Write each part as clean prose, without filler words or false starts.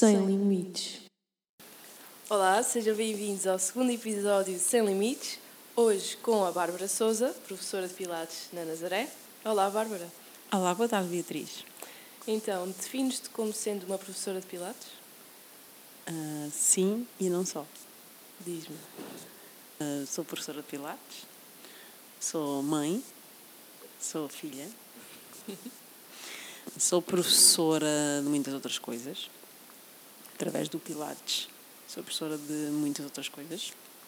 Sem Limites. Olá, sejam bem-vindos ao segundo episódio de Sem Limites. Hoje com a Bárbara Sousa, professora de Pilates na Nazaré. Olá, Bárbara. Olá, boa tarde, Beatriz. Então, defines-te como sendo uma professora de Pilates? Sim e não só. Diz-me. Sou professora de Pilates, sou mãe, sou filha, sou professora de muitas outras coisas. Através do Pilates, sou professora de muitas outras coisas.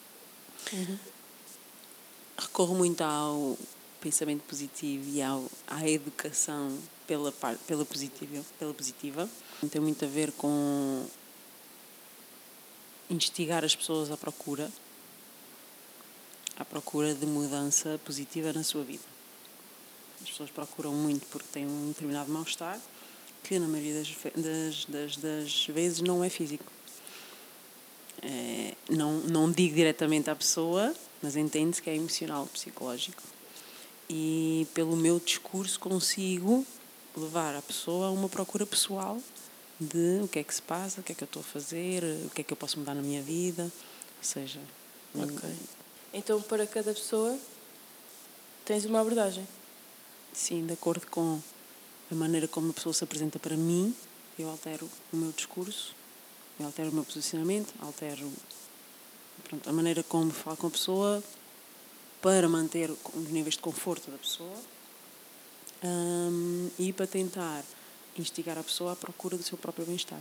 Recorro muito ao pensamento positivo e à educação pela positiva. Tem muito a ver com instigar as pessoas à procura de mudança positiva na sua vida. As pessoas procuram muito porque têm um determinado mal-estar que na maioria das vezes não é físico. Não digo diretamente à pessoa, mas entende-se que é emocional, psicológico. E pelo meu discurso consigo levar a pessoa a uma procura pessoal de o que é que se passa, o que é que eu estou a fazer, o que é que eu posso mudar na minha vida. Ou seja... Ok. Então, para cada pessoa, tens uma abordagem? Sim, de acordo com a maneira como a pessoa se apresenta para mim, eu altero o meu discurso, eu altero o meu posicionamento, altero a maneira como falo com a pessoa para manter os níveis de conforto da pessoa e para tentar instigar a pessoa à procura do seu próprio bem-estar.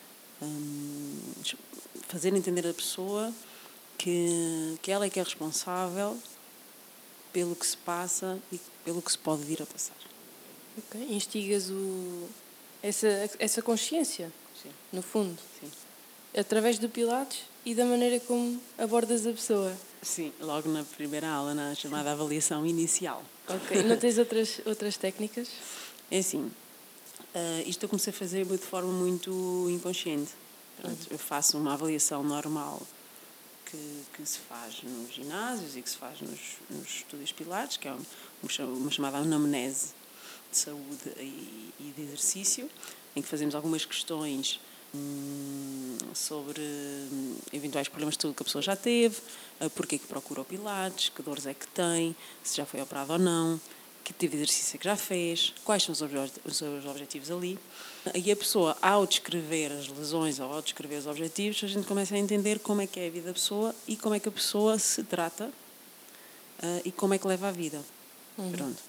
Fazer entender a pessoa que ela é que é responsável pelo que se passa e pelo que se pode vir a passar. Ok. Instigas essa consciência, Sim. no fundo. Sim. Através do Pilates e da maneira como abordas a pessoa. Sim, logo na primeira aula, na chamada avaliação inicial. Ok. Não tens outras técnicas? É assim, isto eu comecei a fazer de forma muito inconsciente. Pronto, eu faço uma avaliação normal que se faz nos ginásios e que se faz nos estúdios Pilates, que é uma chamada anamnese de saúde e de exercício, em que fazemos algumas questões sobre eventuais problemas de saúde que a pessoa já teve, porque que procura o Pilates, que dores é que tem, se já foi operado ou não, que tipo de exercício é que já fez, quais são os seus objetivos ali. E a pessoa, ao descrever as lesões ou ao descrever os objetivos, a gente começa a entender como é que é a vida da pessoa e como é que a pessoa se trata e como é que leva a vida. Pronto.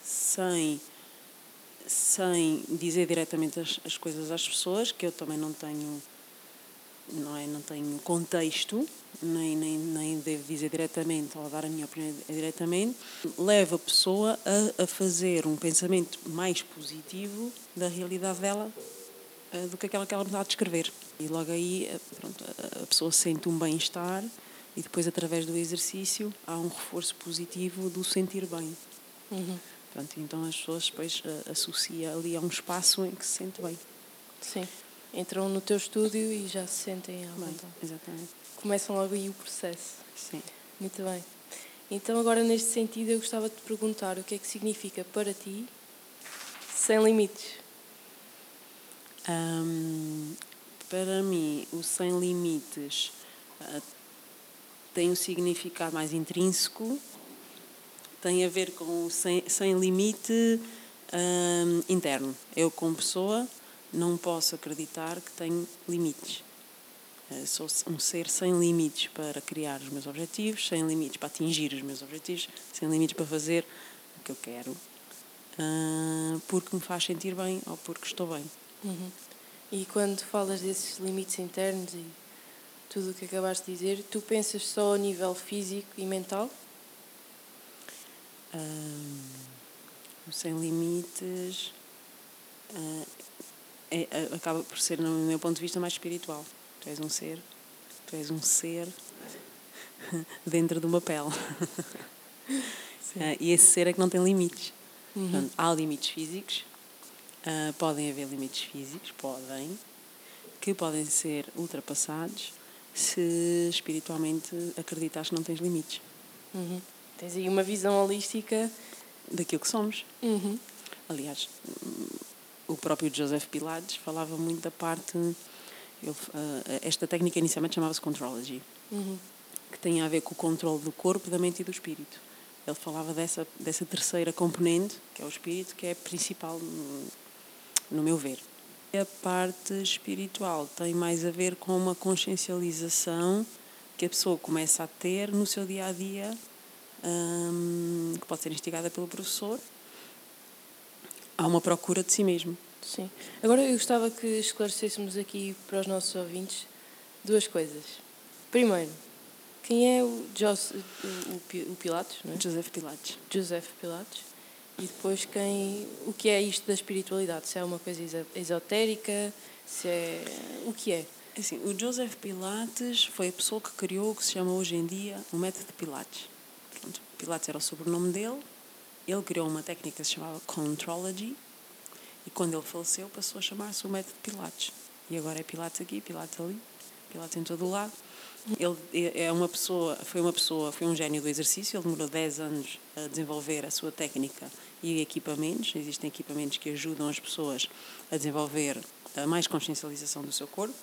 Sem dizer diretamente as coisas às pessoas, que eu também não tenho contexto, nem devo dizer diretamente ou dar a minha opinião diretamente, leva a pessoa a fazer um pensamento mais positivo da realidade dela do que aquela que ela me está a descrever. E logo aí, pronto, a pessoa sente um bem-estar e depois, através do exercício, há um reforço positivo do sentir bem. Pronto, então as pessoas depois associam ali a um espaço em que se sente bem. Sim. Entram no teu estúdio e já se sentem à vontade. Exatamente. Começam logo aí o processo. Sim. Muito bem. Então, agora, neste sentido, eu gostava de te perguntar o que é que significa para ti sem limites? Para mim, o sem limites tem um significado mais intrínseco, tem a ver com o sem limite interno. Eu, como pessoa, não posso acreditar que tenho limites. Sou um ser sem limites para criar os meus objetivos, sem limites para atingir os meus objetivos, sem limites para fazer o que eu quero, porque me faz sentir bem ou porque estou bem. E quando falas desses limites internos e tudo o que acabaste de dizer, tu pensas só a nível físico e mental? O sem limites acaba por ser, no meu ponto de vista, mais espiritual. Tu és um ser dentro de uma pele. E esse ser é que não tem limites. Portanto, há limites físicos, podem haver limites físicos, que podem ser ultrapassados se espiritualmente acreditas que não tens limites. Tens aí uma visão holística daquilo que somos. Aliás, o próprio Joseph Pilates falava muito da parte Esta técnica inicialmente chamava-se Contrology, que tem a ver com o controle do corpo, da mente e do espírito. Ele falava dessa terceira componente, que é o espírito, que é principal no meu ver. A parte espiritual tem mais a ver com uma consciencialização que a pessoa começa a ter no seu dia-a-dia, que pode ser instigada pelo professor. Há uma procura de si mesmo. Sim. Agora eu gostava que esclarecêssemos aqui para os nossos ouvintes 2 coisas. Primeiro, quem é o Pilates, não é? Joseph Pilates. Joseph Pilates. E depois o que é isto da espiritualidade? Se é uma coisa esotérica, se é... O que é? Assim, o Joseph Pilates foi a pessoa que criou o que se chama hoje em dia o método de Pilates. Pronto, Pilates era o sobrenome dele. Ele criou uma técnica que se chamava Contrology e quando ele faleceu passou a chamar-se o método de Pilates. E agora é Pilates aqui, Pilates ali, Pilates em todo o lado. Ele foi um gênio do exercício. Ele demorou 10 anos a desenvolver a sua técnica e equipamentos. Existem equipamentos que ajudam as pessoas a desenvolver mais consciencialização do seu corpo,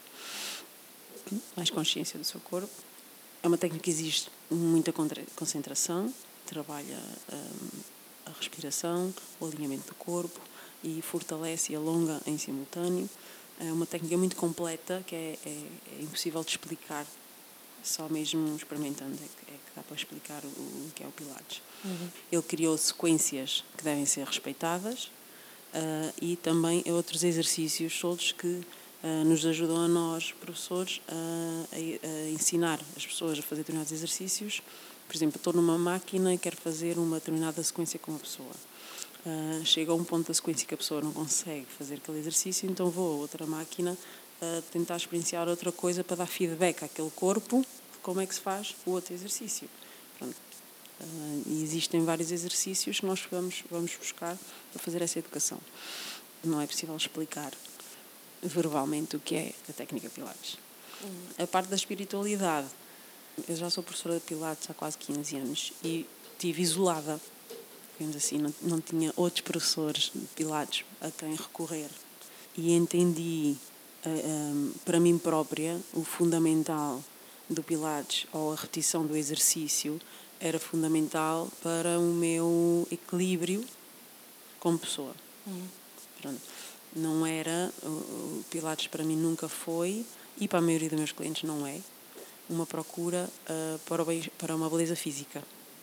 mais consciência do seu corpo. É uma técnica que exige muita concentração, trabalha a respiração, o alinhamento do corpo e fortalece e alonga em simultâneo. É uma técnica muito completa que é impossível de explicar, só mesmo experimentando é que dá para explicar o que é o Pilates. Ele criou sequências que devem ser respeitadas e também outros exercícios soltos que nos ajudam a nós, professores, a ensinar as pessoas a fazer determinados exercícios. Por exemplo, estou numa máquina e quero fazer uma determinada sequência com uma pessoa. Chega a um ponto da sequência que a pessoa não consegue fazer aquele exercício, então vou a outra máquina tentar experienciar outra coisa para dar feedback àquele corpo de como é que se faz o outro exercício. Pronto. E existem vários exercícios que nós vamos buscar para fazer essa educação. Não é possível explicar verbalmente o que é a técnica Pilates. A parte da espiritualidade, eu já sou professora de Pilates há quase 15 anos e estive isolada, digamos assim, não tinha outros professores de Pilates a quem recorrer. E entendi para mim própria o fundamental do Pilates, ou a repetição do exercício, era fundamental para o meu equilíbrio como pessoa. Pronto. Não era, o Pilates para mim nunca foi, e para a maioria dos meus clientes não é, uma procura para uma beleza física.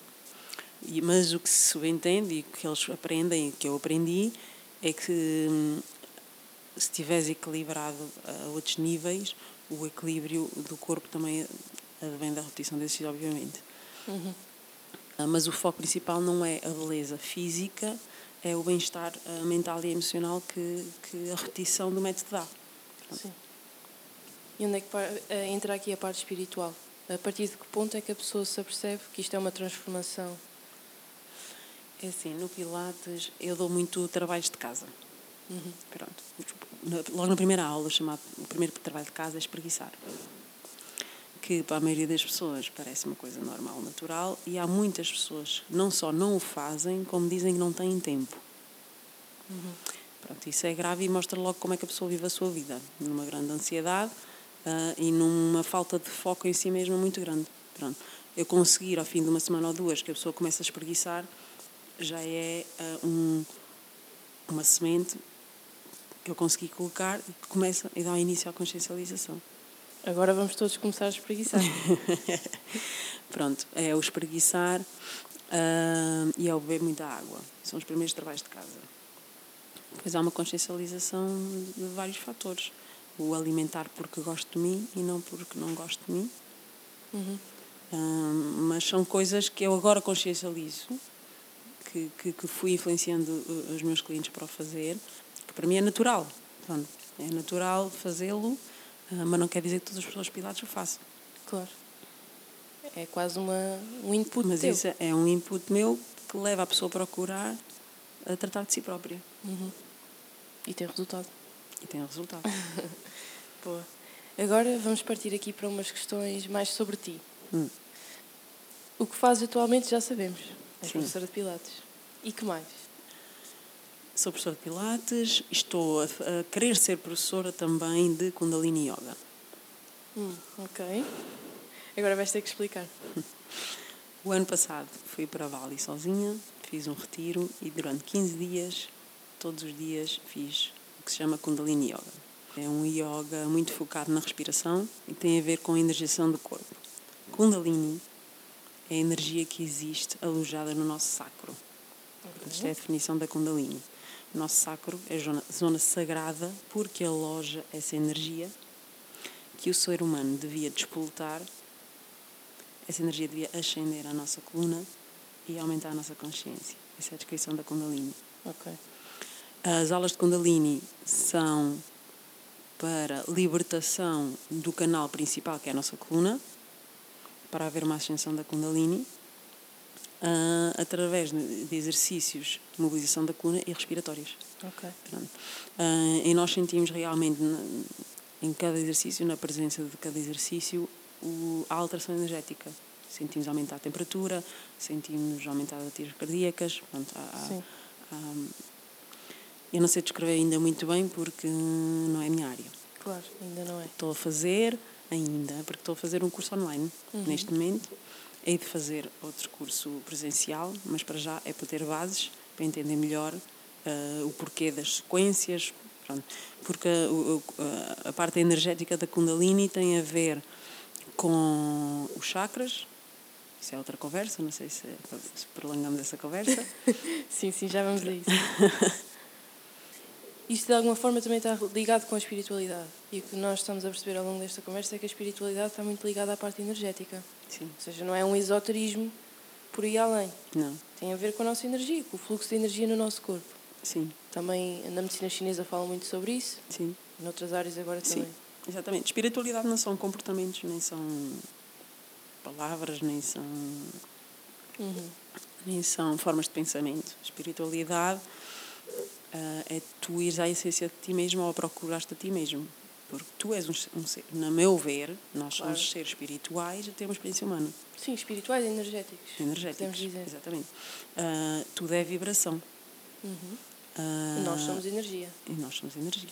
Mas o que se subentende e que eles aprendem, que eu aprendi, é que se estiveres equilibrado a outros níveis, o equilíbrio do corpo também advém da repetição desse exercício, obviamente. Mas o foco principal não é a beleza física, é o bem-estar mental e emocional que a repetição do método dá. Sim. E onde é que entra aqui a parte espiritual? A partir de que ponto é que a pessoa se apercebe que isto é uma transformação? É assim, no Pilates eu dou muito trabalhos de casa. Pronto. Logo na primeira aula, o primeiro trabalho de casa é espreguiçar. Que para a maioria das pessoas parece uma coisa normal, natural, e há muitas pessoas que não só não o fazem, como dizem que não têm tempo. Pronto, isso é grave e mostra logo como é que a pessoa vive a sua vida, numa grande ansiedade e numa falta de foco em si mesma muito grande. Pronto. Eu conseguir, ao fim de uma semana ou 2, que a pessoa comece a espreguiçar, já é uma semente que eu consegui colocar e que começa a dar início à consciencialização. Agora vamos todos começar a espreguiçar. Pronto, é o espreguiçar e é o beber muita água. São os primeiros trabalhos de casa. Depois há uma consciencialização de vários fatores. O alimentar porque gosto de mim e não porque não gosto de mim. Mas são coisas que eu agora consciencializo, que fui influenciando os meus clientes para o fazer, que para mim é natural. Pronto, é natural fazê-lo, mas não quer dizer que todas as pessoas Pilates o façam. Claro. É quase um input mas teu. Isso é um input meu que leva a pessoa a procurar a tratar de si própria. E tem resultado. E tem resultado. Boa. Agora vamos partir aqui para umas questões mais sobre ti. O que fazes atualmente já sabemos. És professora de Pilates. E que mais? Sou professora de Pilates, estou a querer ser professora também de Kundalini Yoga. Ok. Agora vais ter que explicar. O ano passado fui para Bali sozinha, fiz um retiro e durante 15 dias, todos os dias, fiz o que se chama Kundalini Yoga. É um yoga muito focado na respiração e tem a ver com a energização do corpo. Kundalini é a energia que existe alojada no nosso sacro. Esta é a definição da Kundalini. O nosso sacro é a zona sagrada porque aloja essa energia que o ser humano devia despoltar. Essa energia devia ascender à nossa coluna e aumentar a nossa consciência. Essa é a descrição da Kundalini. Ok. As aulas de Kundalini são para libertação do canal principal, que é a nossa coluna, para haver uma ascensão da Kundalini, através de exercícios de mobilização da coluna e respiratórios. Ok. E nós sentimos realmente, em cada exercício, na presença de cada exercício, a alteração energética. Sentimos aumentar a temperatura, sentimos aumentar as batidas cardíacas. Eu não sei descrever ainda muito bem porque não é a minha área. Claro, ainda não é. Estou a fazer porque estou a fazer um curso online neste momento. Hei de fazer outro curso presencial, mas para já é para ter bases, para entender melhor o porquê das sequências. Pronto. Porque a parte energética da Kundalini tem a ver com os chakras. Isso é outra conversa, não sei se prolongamos essa conversa. Sim, já vamos a isso. Isto de alguma forma também está ligado com a espiritualidade. E o que nós estamos a perceber ao longo desta conversa é que a espiritualidade está muito ligada à parte energética. Sim. Ou seja, não é um esoterismo por aí além. Não. Tem a ver com a nossa energia, com o fluxo de energia no nosso corpo. Sim. Também na medicina chinesa falam muito sobre isso. Sim. Noutras áreas agora Sim. também. Exatamente. Espiritualidade não são comportamentos, nem são palavras, nem são formas de pensamento. Espiritualidade é tu ires à essência de ti mesmo ou procuraste a ti mesmo. Porque tu és um ser, na meu ver, nós somos seres espirituais a ter uma experiência humana. Sim, espirituais e energéticos. Podemos dizer. Exatamente. Tudo é vibração. Nós somos energia. E nós somos energia.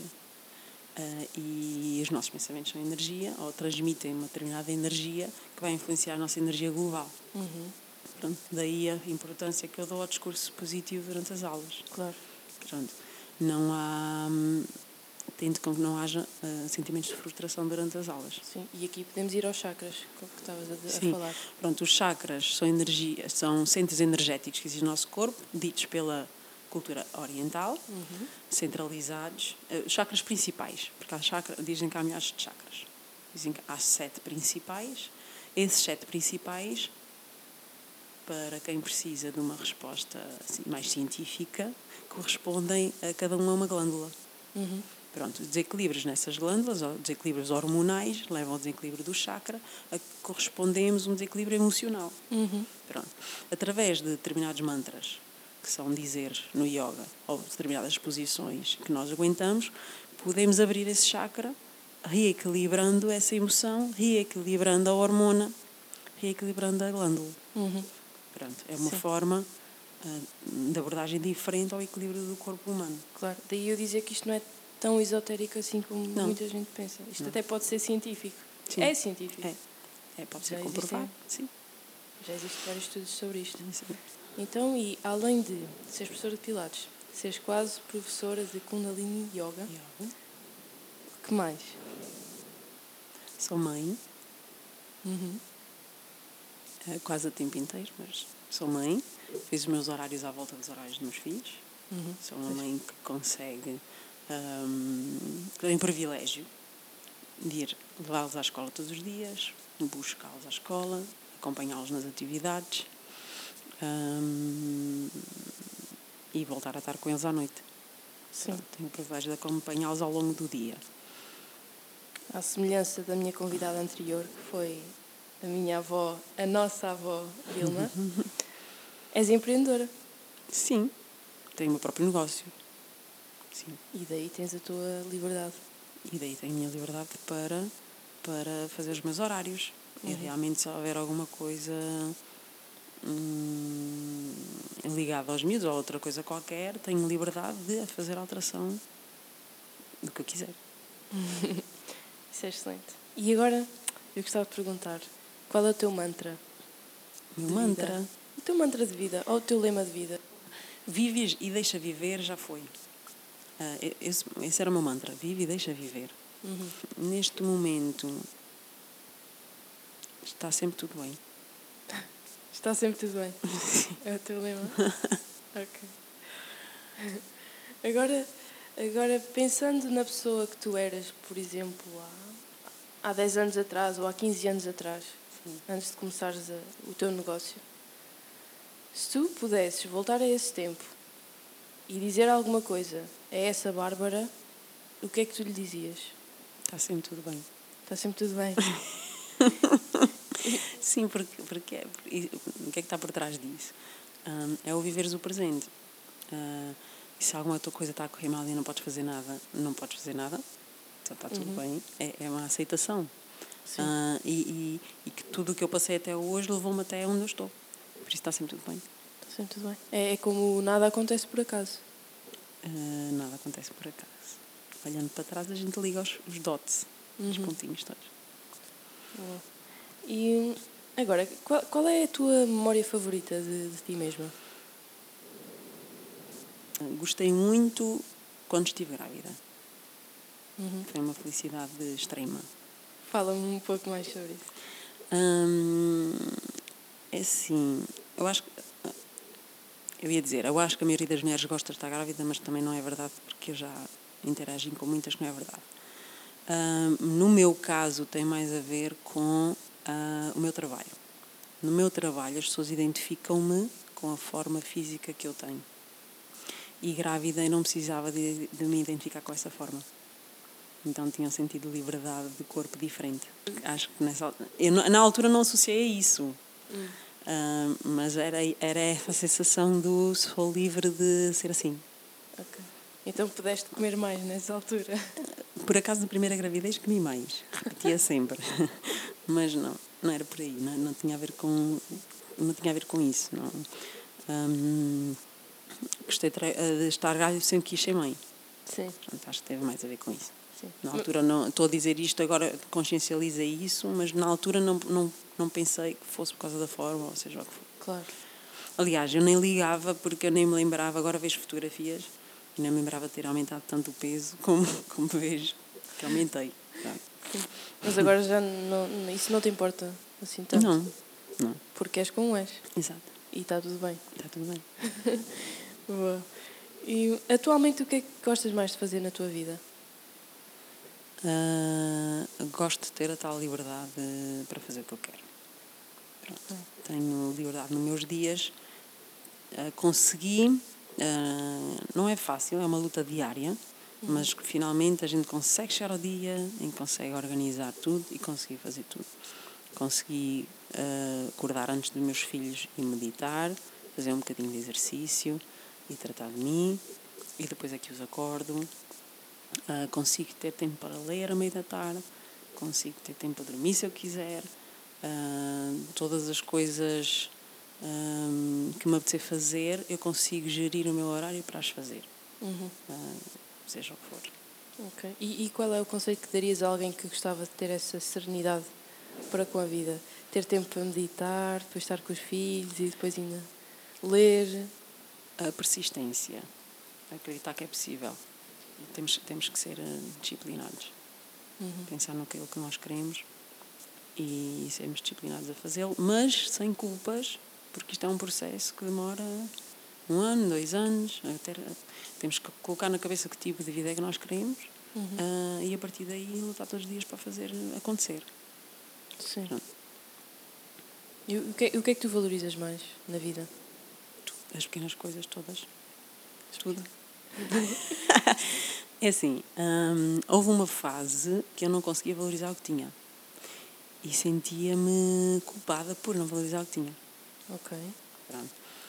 E os nossos pensamentos são energia, ou transmitem uma determinada energia que vai influenciar a nossa energia global. Pronto, daí a importância que eu dou ao discurso positivo durante as aulas. Claro. Pronto, não há... Tento com que não haja sentimentos de frustração durante as aulas. Sim, e aqui podemos ir aos chakras, como que estavas a falar. Pronto, os chakras são energias, são centros energéticos que existem no nosso corpo, ditos pela cultura oriental, centralizados. Os chakras principais, porque dizem que há milhares de chakras. Dizem que há 7 principais. Esses 7 principais, para quem precisa de uma resposta assim, mais científica, correspondem a cada uma glândula. Pronto, desequilíbrios nessas glândulas, ou desequilíbrios hormonais, levam ao desequilíbrio do chakra, a que correspondemos um desequilíbrio emocional. Pronto. Através de determinados mantras, que são dizeres no yoga, ou determinadas posições que nós aguentamos, podemos abrir esse chakra, reequilibrando essa emoção, reequilibrando a hormona, reequilibrando a glândula. Pronto, é uma forma de abordagem diferente ao equilíbrio do corpo humano. Claro, daí eu dizer que isto não é tão esotérico assim como muita gente pensa. Isto até pode ser científico. Sim. É científico. Pode ser comprovado. Sim. Já existem vários estudos sobre isto. Sim. Então, e além de seres professora de Pilates, seres quase professora de Kundalini Yoga, que mais? Sou mãe. Quase a tempo inteiro, mas sou mãe. Fiz os meus horários à volta dos horários dos meus filhos. Sou uma mãe que consegue... tem o privilégio de ir levá-los à escola todos os dias, buscá-los à escola, acompanhá-los nas atividades e voltar a estar com eles à noite. Sim. Tenho o privilégio de acompanhá-los ao longo do dia. À semelhança da minha convidada anterior, que foi a minha avó, a nossa avó Vilma, és empreendedora. Sim, tenho o meu próprio negócio. Sim. E daí tens a tua liberdade. E daí tenho a minha liberdade para fazer os meus horários. E realmente, se houver alguma coisa ligada aos miúdos ou outra coisa qualquer, tenho liberdade de fazer a alteração do que eu quiser. Isso é excelente. E agora, eu gostava de perguntar, qual é o teu mantra? Meu de mantra? Vida? O teu mantra de vida, ou o teu lema de vida? Vive e deixa viver, já foi. Esse era o meu mantra. Vive e deixa viver. Neste momento, está sempre tudo bem. Está sempre tudo bem. É o teu lema? Ok. Agora, pensando na pessoa que tu eras, por exemplo, há 10 anos atrás ou há 15 anos atrás, antes de começares o teu negócio, se tu pudesses voltar a esse tempo e dizer alguma coisa a essa Bárbara, o que é que tu lhe dizias? Está sempre tudo bem. Está sempre tudo bem. Sim, porque o que é que está por trás disso? É o viveres o presente. E se alguma outra coisa está a correr mal e não podes fazer nnada, não podes fazer nada, então está tudo bem. É uma aceitação. E que tudo o que eu passei até hoje levou-me até onde eu estou. Por isso está sempre tudo bem. Está sempre tudo bem. É como nada acontece por acaso. Nada acontece por acaso. Olhando para trás, a gente liga os dots, os pontinhos todos. Boa. E agora, qual é a tua memória favorita de ti mesma? Gostei muito quando estive grávida. Foi uma felicidade extrema. Fala-me um pouco mais sobre isso. É assim, eu acho que... eu acho que a maioria das mulheres gosta de estar grávida, mas também não é verdade, porque eu já interagi com muitas que não é verdade. No meu caso, tem mais a ver com o meu trabalho. No meu trabalho, as pessoas identificam-me com a forma física que eu tenho. E grávida, eu não precisava de me identificar com essa forma. Então tinha um sentido de liberdade de corpo diferente. Acho que na altura não associei a isso. Mas era essa sensação do sou livre de ser assim. Ok. Então pudeste comer mais nessa altura? Por acaso, na primeira gravidez, comi mais. Repetia sempre. Mas não era por aí. Não tinha a ver com isso. Não. Gostei de estar grávida, sempre quis ser mãe. Sim. Portanto, acho que teve mais a ver com isso. Sim. Na altura, não estou a dizer isto, agora consciencializei isso, mas na altura não pensei que fosse por causa da forma, ou seja, o que for. Claro. Aliás, eu nem ligava, porque eu nem me lembrava, agora vejo fotografias, e nem me lembrava de ter aumentado tanto o peso como vejo que aumentei. Sim. Mas agora já isso não te importa assim tanto? Não. Porque és como és. Exato. E está tudo bem. Está tudo bem. Boa. E atualmente o que é que gostas mais de fazer na tua vida? Gosto de ter a tal liberdade para fazer o que eu quero. Pronto. Tenho liberdade nos meus dias. Consegui, não é fácil, é uma luta diária, mas que finalmente a gente consegue chegar ao dia em que consegue organizar tudo e conseguir fazer tudo. Consegui acordar antes dos meus filhos e meditar, fazer um bocadinho de exercício e tratar de mim, e depois é que os acordo. Consigo ter tempo para ler à meia da tarde, consigo ter tempo para dormir se eu quiser. Todas as coisas que me apetecer fazer, eu consigo gerir o meu horário para as fazer. Seja o que for. Ok. E qual é o conselho que darias a alguém que gostava de ter essa serenidade para com a vida? Ter tempo para meditar, depois estar com os filhos e depois ainda ler? A persistência. Acreditar que é possível. Temos que ser disciplinados. Pensar naquilo que nós queremos e sermos disciplinados a fazê-lo, mas sem culpas, porque isto é um processo que demora 1 ano, 2 anos. Temos que colocar na cabeça que tipo de vida é que nós queremos e a partir daí lutar todos os dias para fazer acontecer. Sim. E o que é que tu valorizas mais na vida? As pequenas coisas todas. Tudo. É assim, houve uma fase que eu não conseguia valorizar o que tinha. E sentia-me culpada por não valorizar o que tinha. Ok. Pronto.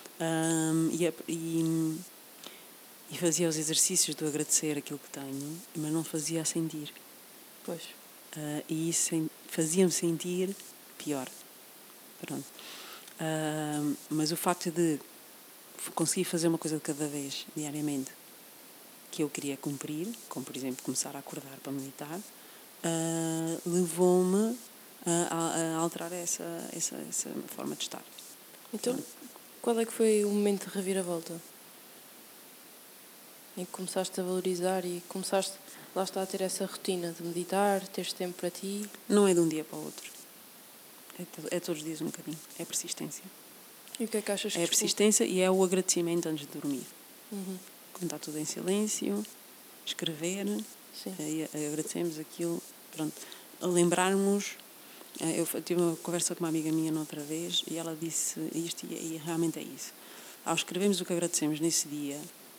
E fazia os exercícios de agradecer aquilo que tenho, mas não fazia a sentir. Pois. E isso fazia-me sentir pior. Pronto. Mas o facto de conseguir fazer uma coisa de cada vez, diariamente, que eu queria cumprir, como por exemplo começar a acordar para meditar, levou-me a alterar essa forma de estar. Então, qual é que foi o momento de reviravolta? Em que começaste a valorizar e começaste, lá está, a ter essa rotina de meditar, teres tempo para ti? Não é de um dia para o outro. É todos os dias um bocadinho. É persistência. E o que é que achas que É a persistência e é o agradecimento antes de dormir. Uhum. Quando está tudo em silêncio, escrever, agradecemos aquilo, pronto. Lembrarmos, eu tive uma conversa com uma amiga minha noutra vez e ela disse isto e realmente é isso. Ao escrevermos o que agradecemos nesse dia,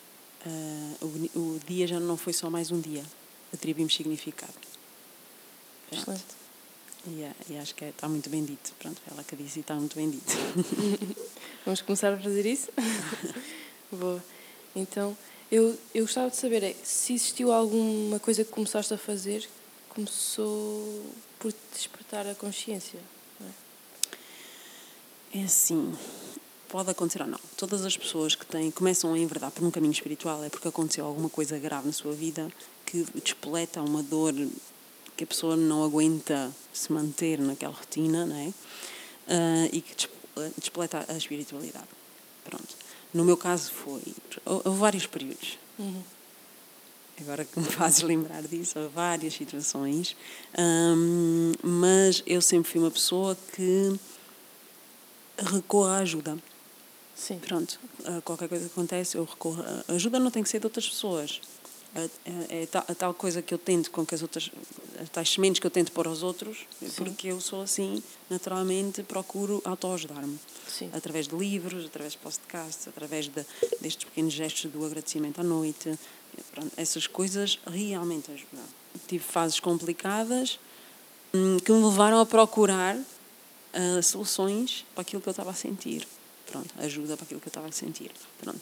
o dia já não foi só mais um dia, atribuímos significado. Pronto. Excelente. E acho que está muito bem dito. Pronto, ela que disse e está muito bem dito. Vamos começar a fazer isso? Boa. Então, eu gostava de saber se existiu alguma coisa que começaste a fazer que começou por te despertar a consciência. Não é? É assim, pode acontecer ou não. Todas as pessoas que começam a enverdar por um caminho espiritual é porque aconteceu alguma coisa grave na sua vida que despoleta uma dor que a pessoa não aguenta se manter naquela rotina, não é? E que despoleta a espiritualidade. Pronto. No meu caso houve vários períodos. Uhum. Agora que me fazes lembrar disso, houve várias situações, mas eu sempre fui uma pessoa que recorre à ajuda. Sim. Pronto, qualquer coisa que acontece, eu recorro. A ajuda não tem que ser de outras pessoas. É a tal coisa que eu tento com que as outras, as tais sementes que eu tento pôr aos outros, porque eu sou assim, naturalmente procuro autoajudar-me. Através de livros, através de podcasts, através destes pequenos gestos do agradecimento à noite. Pronto, essas coisas realmente ajudam. Tive fases complicadas que me levaram a procurar soluções para aquilo que eu estava a sentir. Pronto, ajuda para aquilo que eu estava a sentir. Pronto.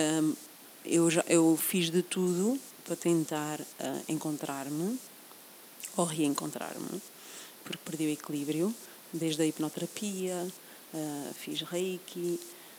Eu fiz de tudo para tentar encontrar-me ou reencontrar-me, porque perdi o equilíbrio, desde a hipnoterapia, fiz reiki,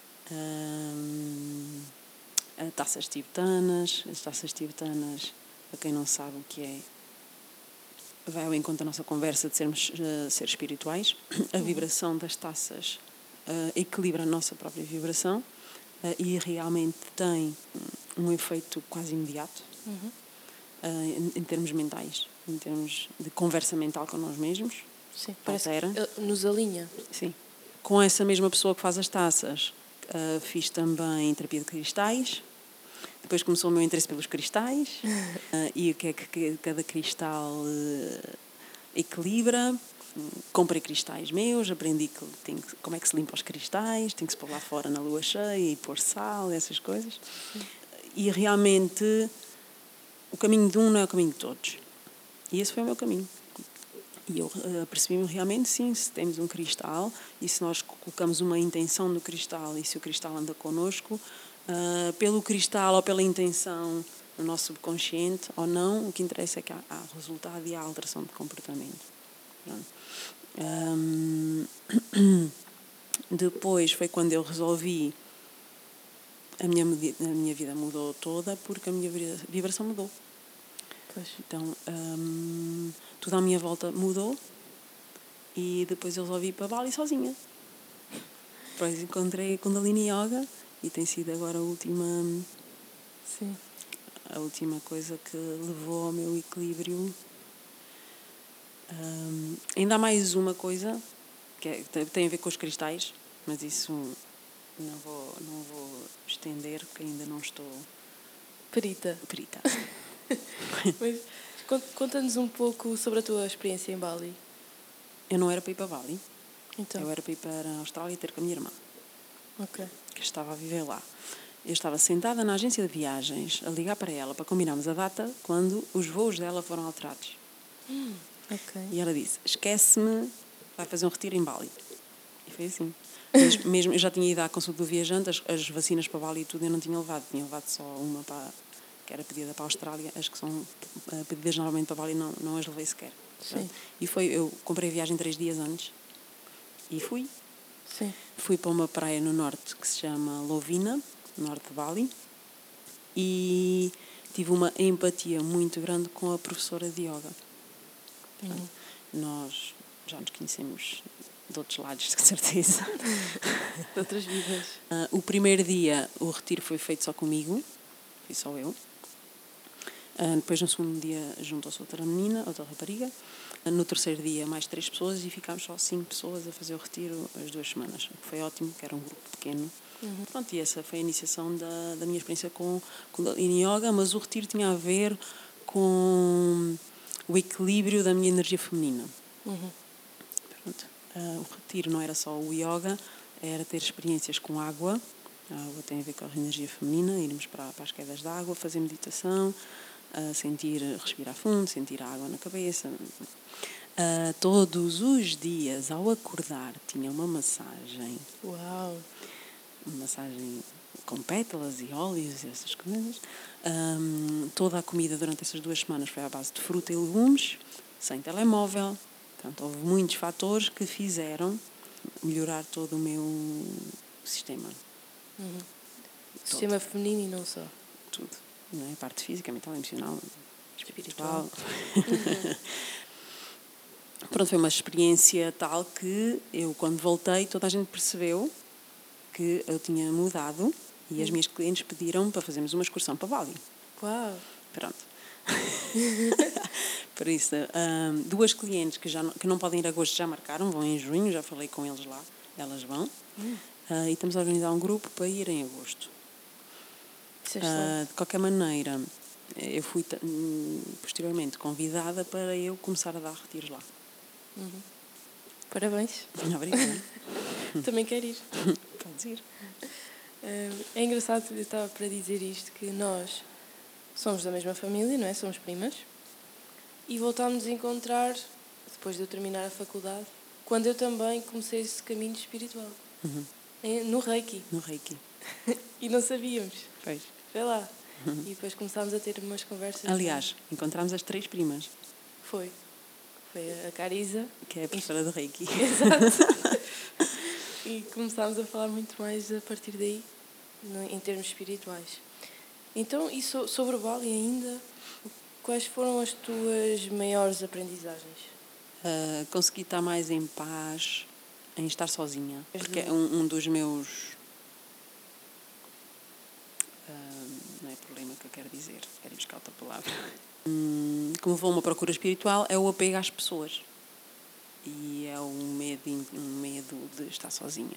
taças tibetanas. As taças tibetanas, para quem não sabe o que é, vai ao encontro da nossa conversa de sermos seres espirituais. A vibração das taças equilibra a nossa própria vibração e realmente tem um efeito quase imediato em termos mentais, em termos de conversa mental com nós mesmos. Sim, parece que nos alinha. Sim. Com essa mesma pessoa que faz as taças, fiz também terapia de cristais. Depois começou o meu interesse pelos cristais e o que é que cada cristal equilibra. Comprei cristais meus, aprendi como é que se limpa os cristais, tem que se pôr lá fora na lua cheia e pôr sal, essas coisas. E realmente o caminho de um não é o caminho de todos. E esse foi o meu caminho. E eu percebi-me realmente, sim, se temos um cristal e se nós colocamos uma intenção no cristal e se o cristal anda connosco, pelo cristal ou pela intenção no nosso subconsciente ou não, o que interessa é que há resultado e há alteração de comportamento. Depois foi quando eu resolvi, a minha vida mudou toda porque a minha vibração mudou. Pois. Então, tudo à minha volta mudou e depois eu resolvi ir para Bali sozinha. Depois encontrei a Kundalini Yoga e tem sido agora a última coisa que levou ao meu equilíbrio. Ainda há mais uma coisa que tem a ver com os cristais, mas isso não vou estender porque ainda não estou perita. Mas conta-nos um pouco sobre a tua experiência em Bali. Eu não era para ir para Bali. Então. Eu era para ir para a Austrália ter com a minha irmã. Ok. Que estava a viver lá. Eu estava sentada na agência de viagens a ligar para ela para combinarmos a data quando os voos dela foram alterados. Okay. E ela disse, esquece-me, vai fazer um retiro em Bali. E foi assim. Mesmo eu já tinha ido à consulta do viajante, as vacinas para Bali e tudo eu não tinha levado. Tinha levado só uma que era pedida para a Austrália. As que são pedidas normalmente para Bali não as levei sequer. Sim. E eu comprei a viagem 3 dias antes e fui. Sim. Fui para uma praia no norte que se chama Lovina, norte de Bali, e tive uma empatia muito grande com a professora de yoga. Nós já nos conhecemos de outros lados, de certeza. De outras vidas. O primeiro dia, o retiro foi feito só comigo, fui só eu. Depois, no segundo dia, juntou-se outra menina, outra rapariga. No terceiro dia, mais 3 pessoas e ficámos só 5 pessoas a fazer o retiro as 2 semanas. Foi ótimo, que era um grupo pequeno. Pronto, e essa foi a iniciação da minha experiência com Kundalini Yoga, mas o retiro tinha a ver com o equilíbrio da minha energia feminina. Pronto. O retiro não era só o yoga, era ter experiências com água. A água tem a ver com a energia feminina, irmos para as quedas de água, fazer meditação, respirar fundo, sentir a água na cabeça. Todos os dias, ao acordar, tinha uma massagem. Uau! Uma massagem com pétalas e óleos e essas coisas. Toda a comida durante essas 2 semanas foi à base de fruta e legumes, sem telemóvel. Portanto, houve muitos fatores que fizeram melhorar todo o meu sistema. Sistema feminino e não só. Tudo. Não é? A parte física, mental, emocional, espiritual. Pronto, foi uma experiência tal que eu, quando voltei, toda a gente percebeu que eu tinha mudado e as minhas clientes pediram para fazermos uma excursão para Bali. Uau! Pronto. Por isso, 2 clientes que não podem ir a agosto já marcaram, vão em junho, já falei com eles lá, elas vão. E estamos a organizar um grupo para ir em agosto. De qualquer maneira, eu fui posteriormente convidada para eu começar a dar retiros lá. Parabéns. Obrigada. Também quero ir. Podes ir. É engraçado, eu estava para dizer isto, que nós somos da mesma família, não é? Somos primas. E voltámos a encontrar, depois de eu terminar a faculdade, quando eu também comecei esse caminho espiritual. No Reiki. No Reiki. E não sabíamos. Pois. Vê lá. E depois começámos a ter umas conversas. Aliás, encontramos as 3 primas. Foi a Carisa. Que é a professora do Reiki. Exato. E começámos a falar muito mais a partir daí, em termos espirituais. Então, e sobre o Bali ainda, quais foram as tuas maiores aprendizagens? Consegui estar mais em paz, em estar sozinha. Porque é um dos meus... não é problema que eu quero dizer, quero ir buscar outra palavra. Como vou a uma procura espiritual, é o apego às pessoas. E é um medo de estar sozinha.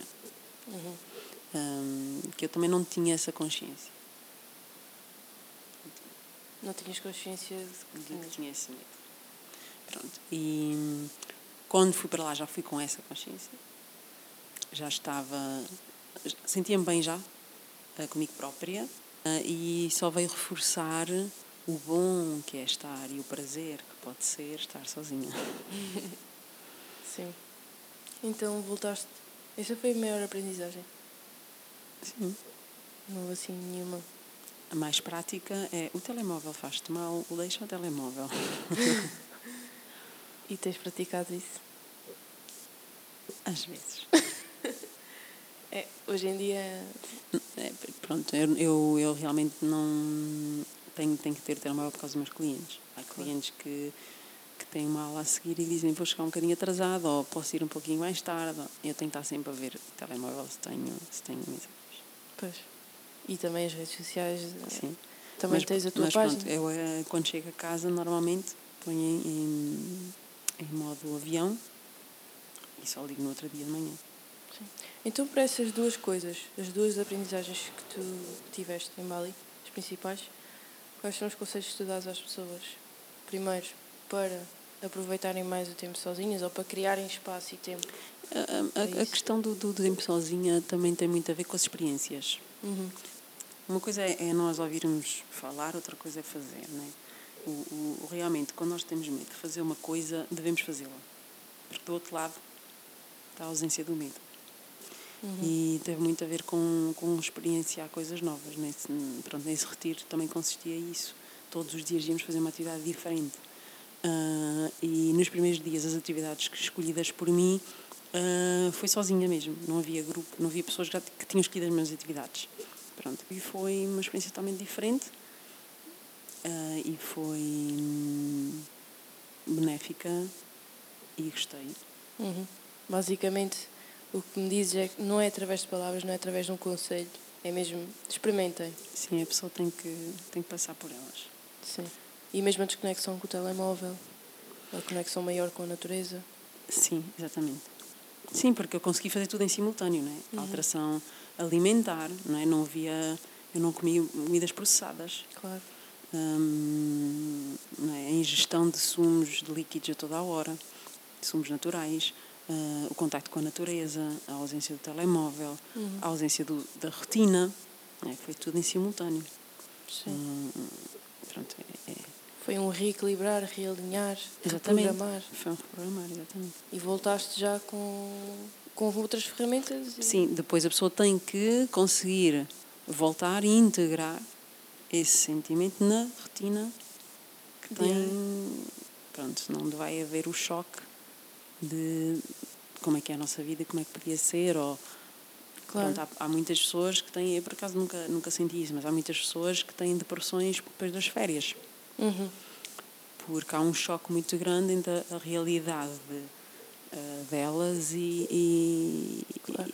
Que eu também não tinha essa consciência. Não tinhas consciência de que tinha esse medo. Pronto. E quando fui para lá já fui com essa consciência. Já estava... Sentia-me bem já, comigo própria. E só veio reforçar o bom que é estar e o prazer que pode ser estar sozinha. Sim. Então voltaste... Essa foi a maior aprendizagem? Sim. Não houve assim nenhuma? A mais prática é o telemóvel faz-te mal, deixa o telemóvel. E tens praticado isso? Às vezes. Hoje em dia... Pronto, eu realmente não tenho que ter telemóvel por causa dos meus clientes. Há clientes que têm uma aula a seguir e dizem vou chegar um bocadinho atrasado ou posso ir um pouquinho mais tarde. Eu tenho que estar sempre a ver o telemóvel se tenho mensagens. Pois. E também as redes sociais. Sim. Também tens a tua página. Pronto, eu quando chego a casa normalmente ponho em modo avião e só ligo no outro dia de manhã. Sim. Então, para essas 2 coisas, as 2 aprendizagens que tu tiveste em Bali, as principais, quais são os conselhos que tu dás às pessoas? Primeiro, para aproveitarem mais o tempo sozinhas ou para criarem espaço e tempo? A questão do tempo sozinha também tem muito a ver com as experiências. Uma coisa é nós ouvirmos falar, outra coisa é fazer, não é? Realmente, quando nós temos medo de fazer uma coisa, devemos fazê-la. Porque do outro lado está a ausência do medo. E teve muito a ver com experienciar coisas novas. Nesse retiro também consistia isso. Todos os dias íamos fazer uma atividade diferente. E nos primeiros dias as atividades escolhidas por mim foi sozinha mesmo. Não havia grupo, não havia pessoas que tinham escolhido as minhas atividades. Pronto. E foi uma experiência totalmente diferente. E foi benéfica e gostei. Basicamente, o que me dizes é que não é através de palavras, não é através de um conselho, é mesmo, experimentem. Sim, a pessoa tem que passar por elas. Sim. E mesmo a desconexão com o telemóvel, a conexão maior com a natureza. Sim, exatamente. Sim, porque eu consegui fazer tudo em simultâneo, não é? A alteração alimentar, não é? Eu não comia comidas processadas. Claro. Não é? A ingestão de sumos, de líquidos a toda a hora, de sumos naturais, o contacto com a natureza, a ausência do telemóvel, a ausência da rotina, não é? Foi tudo em simultâneo. Sim. Pronto, Foi um reequilibrar, realinhar, exatamente. reprogramar. Foi um reprogramar, exatamente. E voltaste já com outras ferramentas? Sim, depois a pessoa tem que conseguir voltar e integrar esse sentimento na rotina que tem. Pronto, não vai haver o choque de como é que é a nossa vida e como é que podia ser. Ou, claro. Pronto, há muitas pessoas que têm, eu por acaso nunca senti isso, mas há muitas pessoas que têm depressões depois das férias. Porque há um choque muito grande entre a realidade delas claro.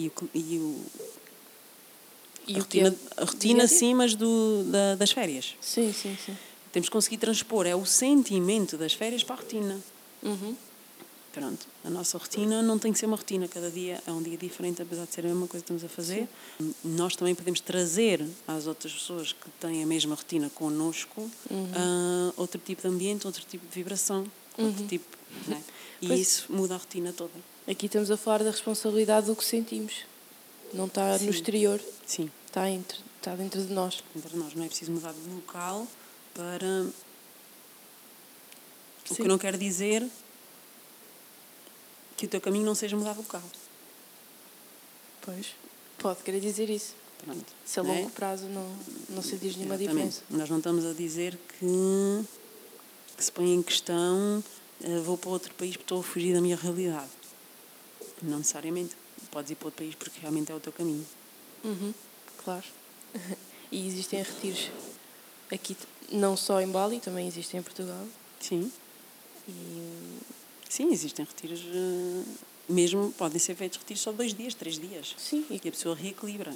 a rotina sim, mas das férias. Sim. Temos que conseguir transpor o sentimento das férias para a rotina. Pronto, a nossa rotina não tem que ser uma rotina, cada dia é um dia diferente, apesar de ser a mesma coisa que estamos a fazer. Sim. Nós também podemos trazer às outras pessoas que têm a mesma rotina connosco outro tipo de ambiente, outro tipo de vibração, outro tipo, né? E pois, isso muda a rotina toda. Aqui estamos a falar da responsabilidade do que sentimos. Não está no exterior. Sim. Está dentro de nós. Dentro de nós. Não é preciso mudar de local para... O que não quer dizer que o teu caminho não seja mudar de local. Pois. Pode querer dizer isso. Pronto. Se a longo prazo não se diz nenhuma diferença. Nós não estamos a dizer que se põe em questão vou para outro país porque estou a fugir da minha realidade. Não necessariamente. Podes ir para outro país porque realmente é o teu caminho. Claro. E existem retiros aqui, não só em Bali, também existem em Portugal. Sim. Sim, existem retiros, mesmo podem ser feitos retiros só 2 dias, 3 dias. Sim. E a pessoa reequilibra.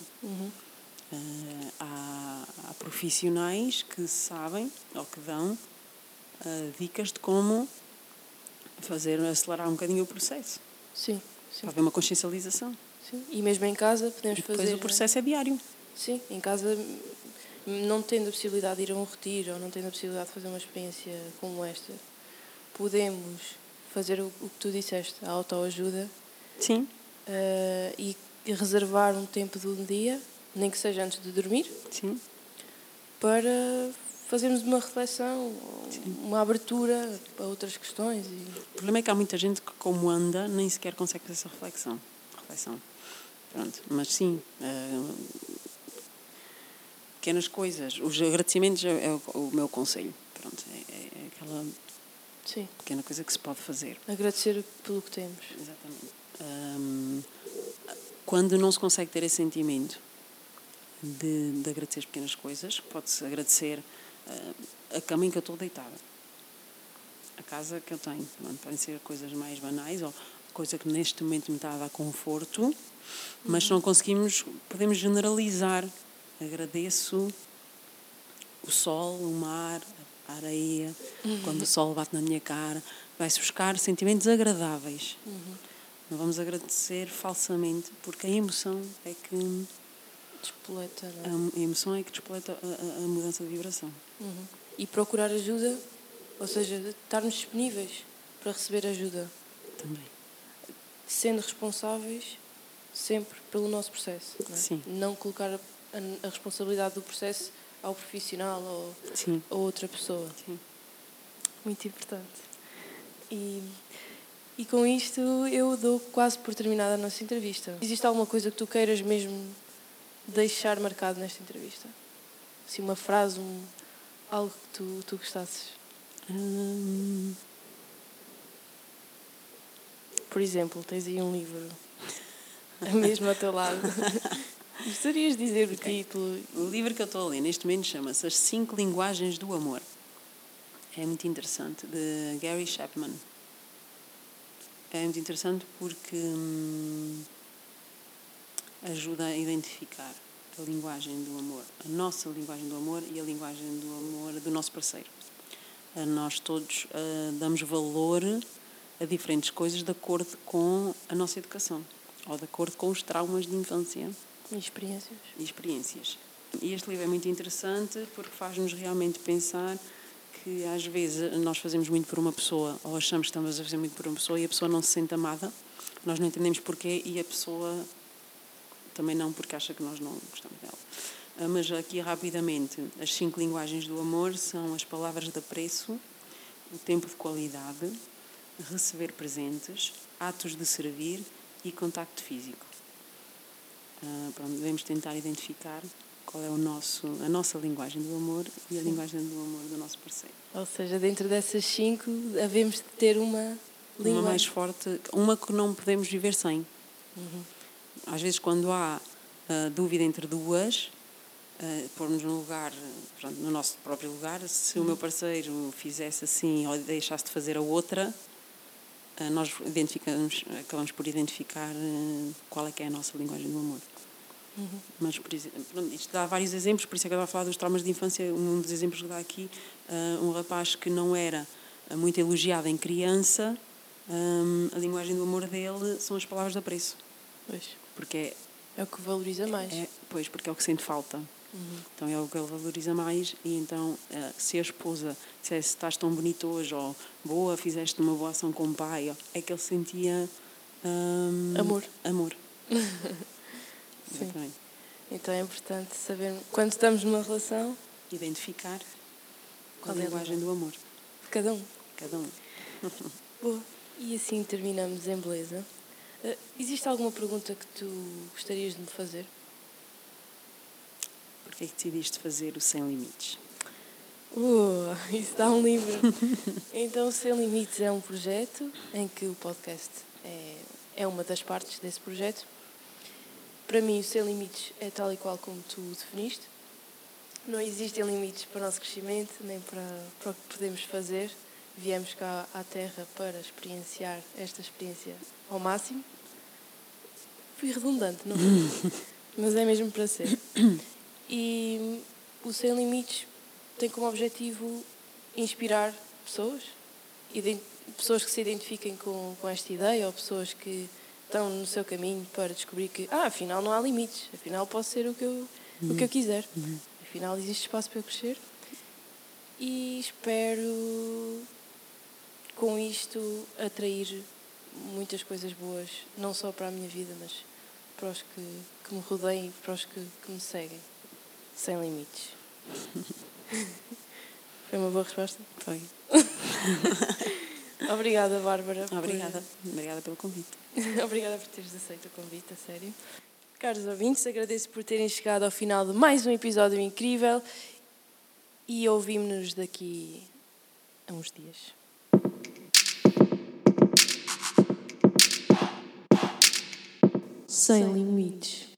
Há profissionais que sabem ou que dão dicas de como acelerar um bocadinho o processo. Sim. Para haver uma consciencialização. Sim. E mesmo em casa podemos fazer... Depois o processo é diário. Sim, em casa, não tendo a possibilidade de ir a um retiro ou não tendo a possibilidade de fazer uma experiência como esta, podemos fazer o que tu disseste, a autoajuda. Sim. E reservar um tempo do dia, nem que seja antes de dormir. Sim. Para fazermos uma reflexão, uma abertura para outras questões. O problema é que há muita gente que, como anda, nem sequer consegue fazer essa reflexão. Pronto. Mas sim, pequenas coisas. Os agradecimentos é o meu conselho. Pronto, é aquela pequena coisa que se pode fazer. Agradecer pelo que temos. Exatamente. Quando não se consegue ter esse sentimento de agradecer as pequenas coisas, pode-se agradecer a cama em que eu estou deitada, a casa que eu tenho. Podem ser coisas mais banais ou coisa que neste momento me está a dar conforto, mas se não conseguimos, podemos generalizar. Agradeço o sol, o mar, a areia, quando o sol bate na minha cara. Vai-se buscar sentimentos agradáveis. Não vamos agradecer falsamente, porque a emoção é que despoleta, não é? A emoção é que despoleta a mudança de vibração. E procurar ajuda, ou seja, estarmos disponíveis para receber ajuda. Também. Sendo responsáveis sempre pelo nosso processo. Não é? Sim. Não colocar a responsabilidade do processo ao profissional ou a outra pessoa. Sim. Muito importante. E com isto eu dou quase por terminada a nossa entrevista. Existe alguma coisa que tu queiras mesmo deixar marcado nesta entrevista? Assim, uma frase, algo que tu gostasses? Por exemplo, tens aí um livro mesmo ao teu lado. Gostarias de dizer o título? O livro que eu estou a ler neste momento chama-se As 5 Linguagens do Amor. é muito interessante, de Gary Chapman. É muito interessante porque ajuda a identificar a linguagem do amor, a nossa linguagem do amor e a linguagem do amor do nosso parceiro. Nós todos damos valor a diferentes coisas de acordo com a nossa educação ou de acordo com os traumas de infância. E experiências. E este livro é muito interessante porque faz-nos realmente pensar que às vezes nós fazemos muito por uma pessoa ou achamos que estamos a fazer muito por uma pessoa e a pessoa não se sente amada, nós não entendemos porquê e a pessoa também não, porque acha que nós não gostamos dela. Mas aqui rapidamente, as 5 linguagens do amor são as palavras de apreço, o tempo de qualidade, receber presentes, atos de servir e contacto físico. Devemos tentar identificar qual é a nossa linguagem do amor e a linguagem do amor do nosso parceiro. Ou seja, dentro dessas 5, havemos de ter uma linguagem. Uma mais forte, uma que não podemos viver sem. Às vezes, quando há dúvida entre duas, pôr-nos no lugar, no nosso próprio lugar, se o meu parceiro fizesse assim ou deixasse de fazer a outra, nós acabamos por identificar qual é que é a nossa linguagem do amor. Mas, por exemplo, isto dá vários exemplos, por isso é que eu estava a falar dos traumas de infância. Um dos exemplos que dá aqui, um rapaz que não era muito elogiado em criança, a linguagem do amor dele são as palavras de apreço. Pois. Porque é o que valoriza mais. Pois, porque é o que sente falta. Então é o que ele valoriza mais. E então, se a esposa dissesse estás tão bonito hoje, ou boa, fizeste uma boa ação com o pai, é que ele sentia amor. Sim. Então é importante saber, quando estamos numa relação, identificar qual a linguagem do amor. Cada um. Boa. E assim terminamos em beleza. Existe alguma pergunta que tu gostarias de me fazer? Porquê é que decidiste fazer o Sem Limites? Isso dá um livro. Então, o Sem Limites é um projeto em que o podcast é uma das partes desse projeto. Para mim, o Sem Limites é tal e qual como tu definiste. Não existem limites para o nosso crescimento, nem para o que podemos fazer. Viemos cá à Terra para experienciar esta experiência ao máximo. Fui redundante, não é? Mas é mesmo para ser. E o Sem Limites tem como objetivo inspirar pessoas. Pessoas que se identifiquem com esta ideia ou pessoas que estão no seu caminho para descobrir que, afinal não há limites, afinal posso ser o que eu quiser, afinal existe espaço para eu crescer. E espero com isto atrair muitas coisas boas, não só para a minha vida, mas para os que me rodeiam e para os que me seguem. Sem limites. Foi uma boa resposta? Foi. Obrigada, Bárbara. Obrigada pelo convite. Obrigada por teres aceito o convite, a sério. Caros ouvintes, agradeço por terem chegado ao final de mais um episódio incrível e ouvimos-nos daqui a uns dias. Sem limites.